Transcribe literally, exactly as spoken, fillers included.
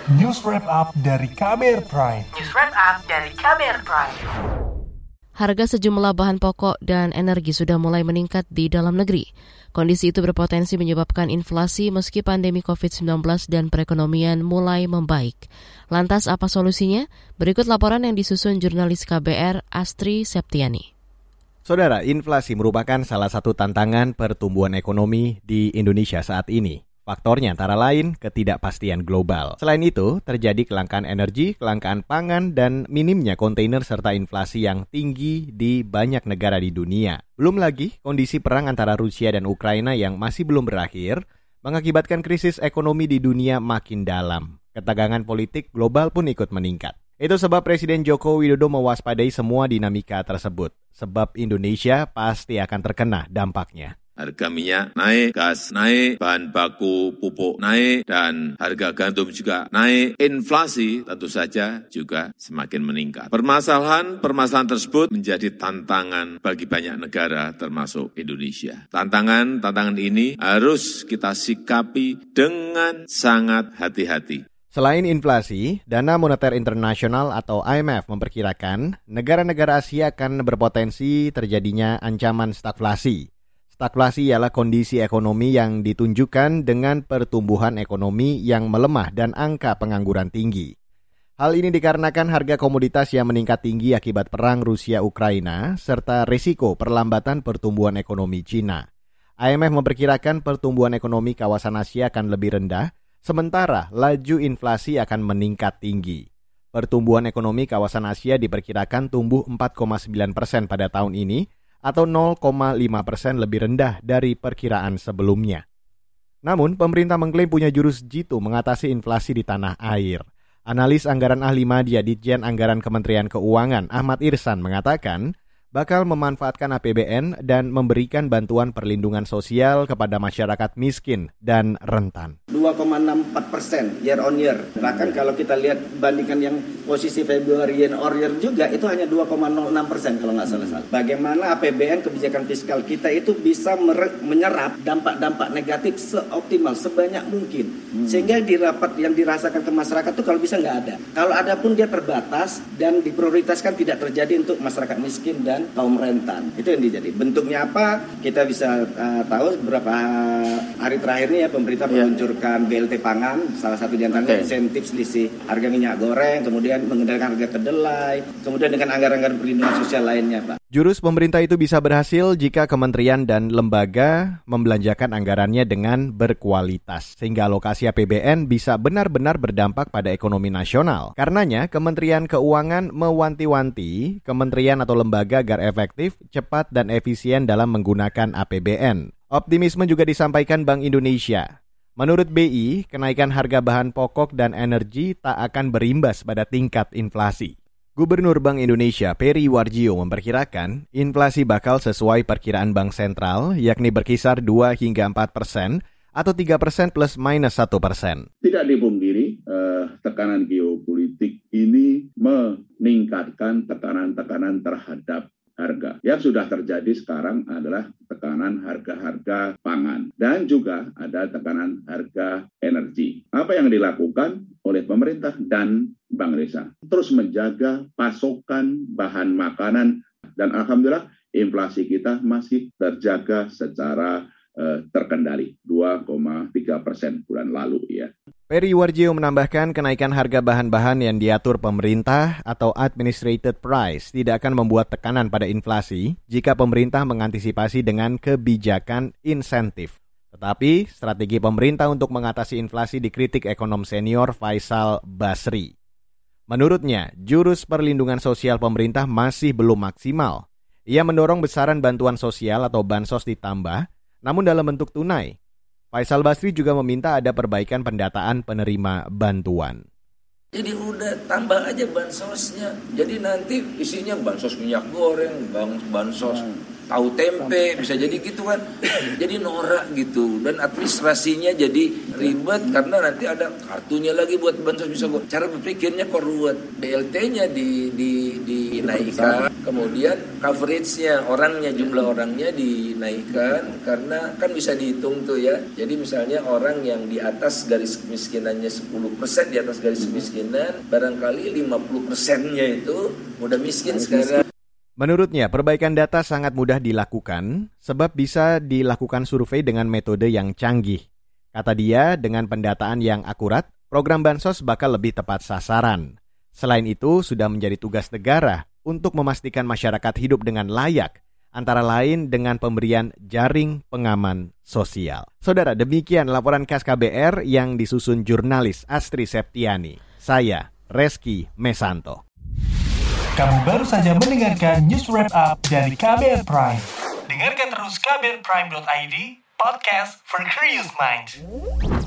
News Wrap Up dari K B R Prime. News Wrap Up dari K B R Prime. Harga sejumlah bahan pokok dan energi sudah mulai meningkat di dalam negeri. Kondisi itu berpotensi menyebabkan inflasi meski pandemi covid sembilan belas dan perekonomian mulai membaik. Lantas apa solusinya? Berikut laporan yang disusun jurnalis K B R Astri Septiani. Saudara, inflasi merupakan salah satu tantangan pertumbuhan ekonomi di Indonesia saat ini. Faktornya antara lain ketidakpastian global. Selain itu, terjadi kelangkaan energi, kelangkaan pangan, dan minimnya kontainer serta inflasi yang tinggi di banyak negara di dunia. Belum lagi, kondisi perang antara Rusia dan Ukraina yang masih belum berakhir mengakibatkan krisis ekonomi di dunia makin dalam. Ketegangan politik global pun ikut meningkat. Itu sebab Presiden Joko Widodo mewaspadai semua dinamika tersebut. Sebab Indonesia pasti akan terkena dampaknya. Harga minyak naik, gas naik, bahan baku pupuk naik, dan harga gandum juga naik. Inflasi tentu saja juga semakin meningkat. Permasalahan-permasalahan tersebut menjadi tantangan bagi banyak negara termasuk Indonesia. Tantangan-tantangan ini harus kita sikapi dengan sangat hati-hati. Selain inflasi, Dana Moneter Internasional atau I M F memperkirakan negara-negara Asia akan berpotensi terjadinya ancaman stagflasi. Stagflasi ialah kondisi ekonomi yang ditunjukkan dengan pertumbuhan ekonomi yang melemah dan angka pengangguran tinggi. Hal ini dikarenakan harga komoditas yang meningkat tinggi akibat perang Rusia-Ukraina serta risiko perlambatan pertumbuhan ekonomi Cina. I M F memperkirakan pertumbuhan ekonomi kawasan Asia akan lebih rendah, sementara laju inflasi akan meningkat tinggi. Pertumbuhan ekonomi kawasan Asia diperkirakan tumbuh empat koma sembilan persen pada tahun ini atau nol koma lima persen lebih rendah dari perkiraan sebelumnya. Namun, pemerintah mengklaim punya jurus jitu mengatasi inflasi di tanah air. Analis anggaran ahli Madya Ditjen Anggaran Kementerian Keuangan Ahmad Irsan mengatakan bakal memanfaatkan A P B N dan memberikan bantuan perlindungan sosial kepada masyarakat miskin dan rentan. dua koma enam empat persen year on year. Bahkan kalau kita lihat bandingkan yang posisi Februari year on year juga itu hanya dua koma nol enam persen kalau nggak salah. Bagaimana A P B N kebijakan fiskal kita itu bisa mer- menyerap dampak-dampak negatif seoptimal sebanyak mungkin. Hmm. Sehingga di rapat yang dirasakan ke masyarakat itu kalau bisa nggak ada. Kalau ada pun dia terbatas dan diprioritaskan tidak terjadi untuk masyarakat miskin dan kaum rentan. Itu yang dijadi. Bentuknya apa? Kita bisa uh, tahu beberapa hari terakhir ini ya pemerintah yeah. meluncurkan B L T pangan, salah satu di antaranya okay. insentif selisih harga minyak goreng, kemudian mengendalikan harga kedelai, kemudian dengan anggaran-anggaran perlindungan sosial lainnya, Pak. Jurus pemerintah itu bisa berhasil jika kementerian dan lembaga membelanjakan anggarannya dengan berkualitas, sehingga alokasi A P B N bisa benar-benar berdampak pada ekonomi nasional. Karenanya, Kementerian Keuangan mewanti-wanti kementerian atau lembaga agar efektif, cepat, dan efisien dalam menggunakan A P B N. Optimisme juga disampaikan Bank Indonesia. Menurut B I, kenaikan harga bahan pokok dan energi tak akan berimbas pada tingkat inflasi. Gubernur Bank Indonesia Peri Warjio memperkirakan inflasi bakal sesuai perkiraan Bank Sentral, yakni berkisar dua hingga empat persen atau tiga persen plus minus satu persen. Tidak dipungkiri, eh, tekanan geopolitik ini meningkatkan tekanan-tekanan terhadap harga. Yang sudah terjadi sekarang adalah tekanan harga-harga pangan dan juga ada tekanan harga energi. Apa yang dilakukan oleh pemerintah dan Bank Desa terus menjaga pasokan bahan makanan dan alhamdulillah inflasi kita masih terjaga secara uh, terkendali dua koma tiga persen bulan lalu ya. Peri Warjio menambahkan kenaikan harga bahan-bahan yang diatur pemerintah atau administrated price tidak akan membuat tekanan pada inflasi jika pemerintah mengantisipasi dengan kebijakan insentif. Tetapi strategi pemerintah untuk mengatasi inflasi dikritik ekonom senior Faisal Basri. Menurutnya, jurus perlindungan sosial pemerintah masih belum maksimal. Ia mendorong besaran bantuan sosial atau bansos ditambah, namun dalam bentuk tunai. Faisal Basri juga meminta ada perbaikan pendataan penerima bantuan. Jadi udah tambah aja bansosnya. Jadi nanti isinya bansos minyak goreng, bansos tahu tempe, bisa jadi gitu kan. Jadi norak gitu, dan administrasinya jadi ribet karena nanti ada kartunya lagi buat bansos bisa gua. Cara berpikirnya kok ruwet. B L T-nya di di dinaikkan, kemudian coverage-nya, orangnya, jumlah orangnya dinaikkan karena kan bisa dihitung tuh ya. Jadi misalnya orang yang di atas garis kemiskinannya sepuluh persen, di atas garis kemiskinan, barangkali lima puluh persennya itu udah miskin sekarang. Menurutnya, perbaikan data sangat mudah dilakukan sebab bisa dilakukan survei dengan metode yang canggih. Kata dia, dengan pendataan yang akurat, program bansos bakal lebih tepat sasaran. Selain itu, sudah menjadi tugas negara untuk memastikan masyarakat hidup dengan layak, antara lain dengan pemberian jaring pengaman sosial. Saudara, demikian laporan khas K B R yang disusun jurnalis Astri Septiani. Saya, Reski Mesanto. Kamu baru saja mendengarkan News Wrap Up dari K B R Prime. Dengarkan terus k b r prime dot i d, podcast for curious minds.